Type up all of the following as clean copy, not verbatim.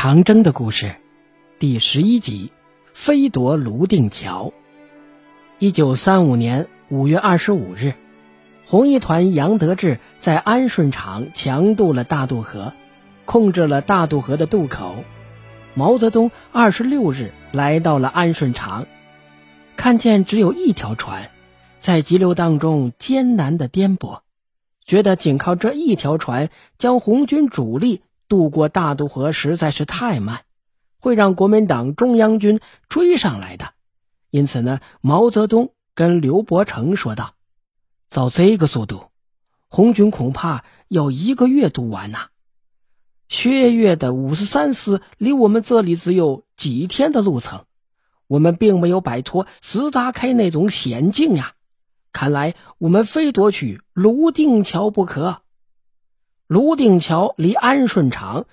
长征的故事第11集，飞夺泸定桥。1935年5月25日，红一团杨得志在安顺场强渡了大渡河，控制了大渡河的渡口。毛泽东26日来到了安顺场，看见只有一条船，在急流当中艰难地颠簸，觉得仅靠这一条船将红军主力渡过大渡河实在是太慢，会让国民党中央军追上来的。因此呢，毛泽东跟刘伯承说道，照这个速度，红军恐怕要1个月渡完呐。薛岳的53师离我们这里只有几天的路程，我们并没有摆脱石达开那种险境呀，看来我们非夺取泸定桥不可。泸定桥离安顺场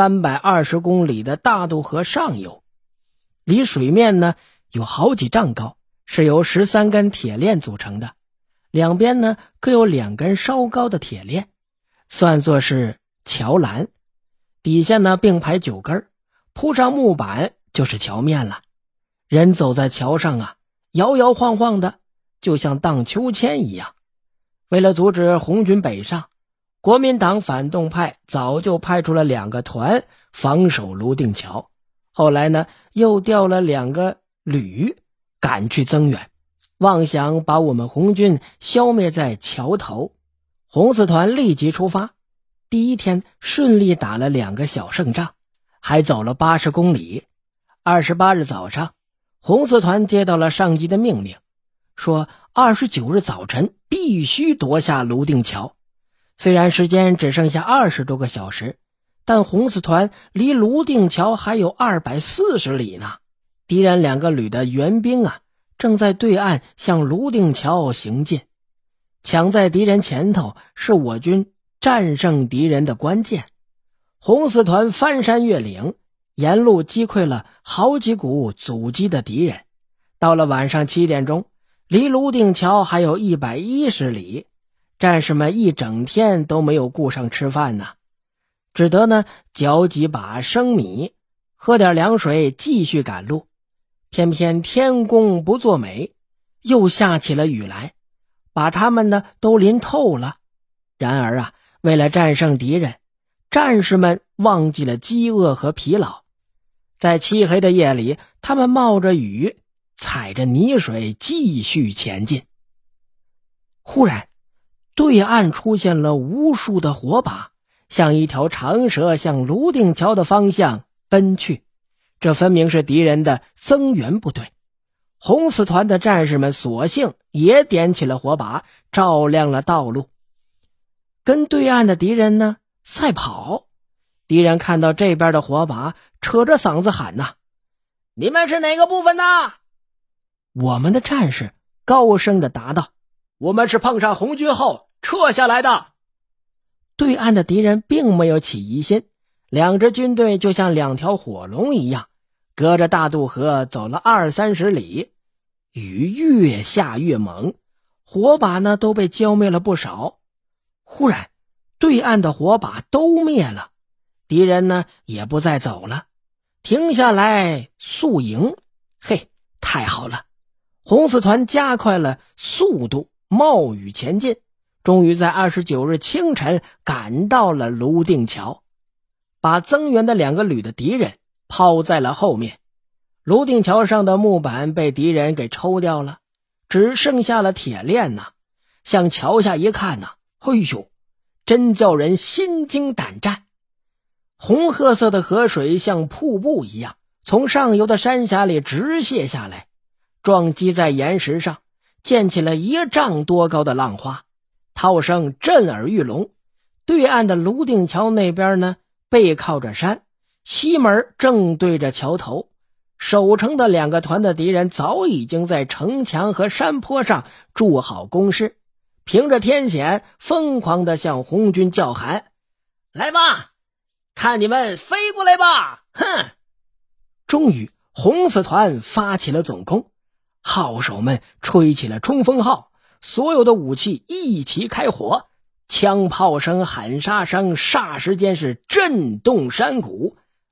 320公里的大渡河上游，离水面呢有好几丈高，是由13根铁链组成的，两边呢各有2根稍高的铁链，算作是桥栏，底下呢并排9根，铺上木板就是桥面了。人走在桥上啊，摇摇晃晃的，就像荡秋千一样。为了阻止红军北上，国民党反动派早就派出了2个团防守泸定桥，后来呢又调了2个旅赶去增援，妄想把我们红军消灭在桥头。红四团立即出发，第一天顺利打了2个小胜仗，还走了80公里。28日早上，红四团接到了上级的命令，说29日早晨必须夺下泸定桥。虽然时间只剩下20多个小时，但红四团离泸定桥还有240里呢。敌人2个旅的援兵啊，正在对岸向泸定桥行进。抢在敌人前头是我军战胜敌人的关键。红四团翻山越岭，沿路击溃了好几股阻击的敌人。到了晚上7点钟，离泸定桥还有110里，战士们一整天都没有顾上吃饭呢，只得呢嚼几把生米，喝点凉水，继续赶路。偏偏天公不作美，又下起了雨来，把他们呢都淋透了。然而啊，为了战胜敌人，战士们忘记了饥饿和疲劳。在漆黑的夜里，他们冒着雨，踩着泥水继续前进。忽然对岸出现了无数的火把，像一条长蛇向泸定桥的方向奔去，这分明是敌人的增援部队。红四团的战士们索性也点起了火把，照亮了道路，跟对岸的敌人呢赛跑。敌人看到这边的火把，扯着嗓子喊呐，你们是哪个部分的？我们的战士高声地答道，我们是碰上红军后撤下来的。对岸的敌人并没有起疑心，2支军队就像2条火龙一样，隔着大渡河走了20-30里。雨越下越猛，火把呢都被浇灭了不少。忽然对岸的火把都灭了，敌人呢也不再走了，停下来宿营。嘿，太好了！红四团加快了速度，冒雨前进，终于在29日清晨赶到了泸定桥，把增援的2个旅的敌人抛在了后面。泸定桥上的木板被敌人给抽掉了，只剩下了铁链呐。向桥下一看呐，哎呦，真叫人心惊胆战。红褐色的河水像瀑布一样从上游的山峡里直泻下来，撞击在岩石上，溅起了1丈多高的浪花，涛声震耳欲聋。对岸的泸定桥那边呢，背靠着山，西门正对着桥头，守城的2个团的敌人早已经在城墙和山坡上筑好工事，凭着天险疯狂地向红军叫喊，来吧，看你们飞过来吧，哼！终于红四团发起了总攻，号手们吹起了冲锋号，所有的武器一起开火，枪炮声、喊杀声霎时间是震动山谷，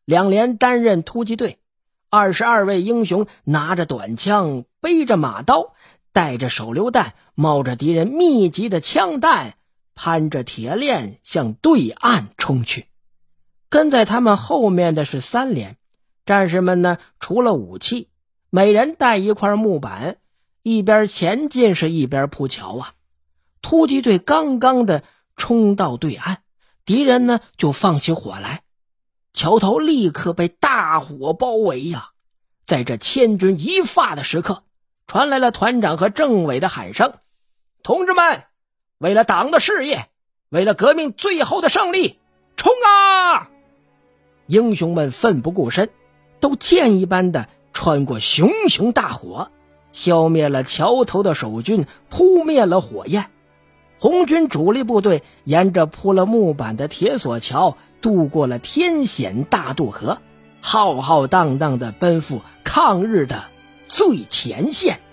两连担任突击队，22位英雄拿着短枪，背着马刀，带着手榴弹，冒着敌人密集的枪弹，攀着铁链向对岸冲去。跟在他们后面的是3连，战士们呢，除了武器，每人带一块木板，一边前进是一边铺桥啊。突击队刚刚的冲到对岸，敌人呢就放起火来，桥头立刻被大火包围呀。在这千钧一发的时刻，传来了团长和政委的喊声：同志们，为了党的事业，为了革命最后的胜利，冲啊！英雄们奋不顾身，都箭一般的穿过熊熊大火，消灭了桥头的守军，扑灭了火焰。红军主力部队沿着铺了木板的铁索桥渡过了天险大渡河，浩浩荡荡地奔赴抗日的最前线。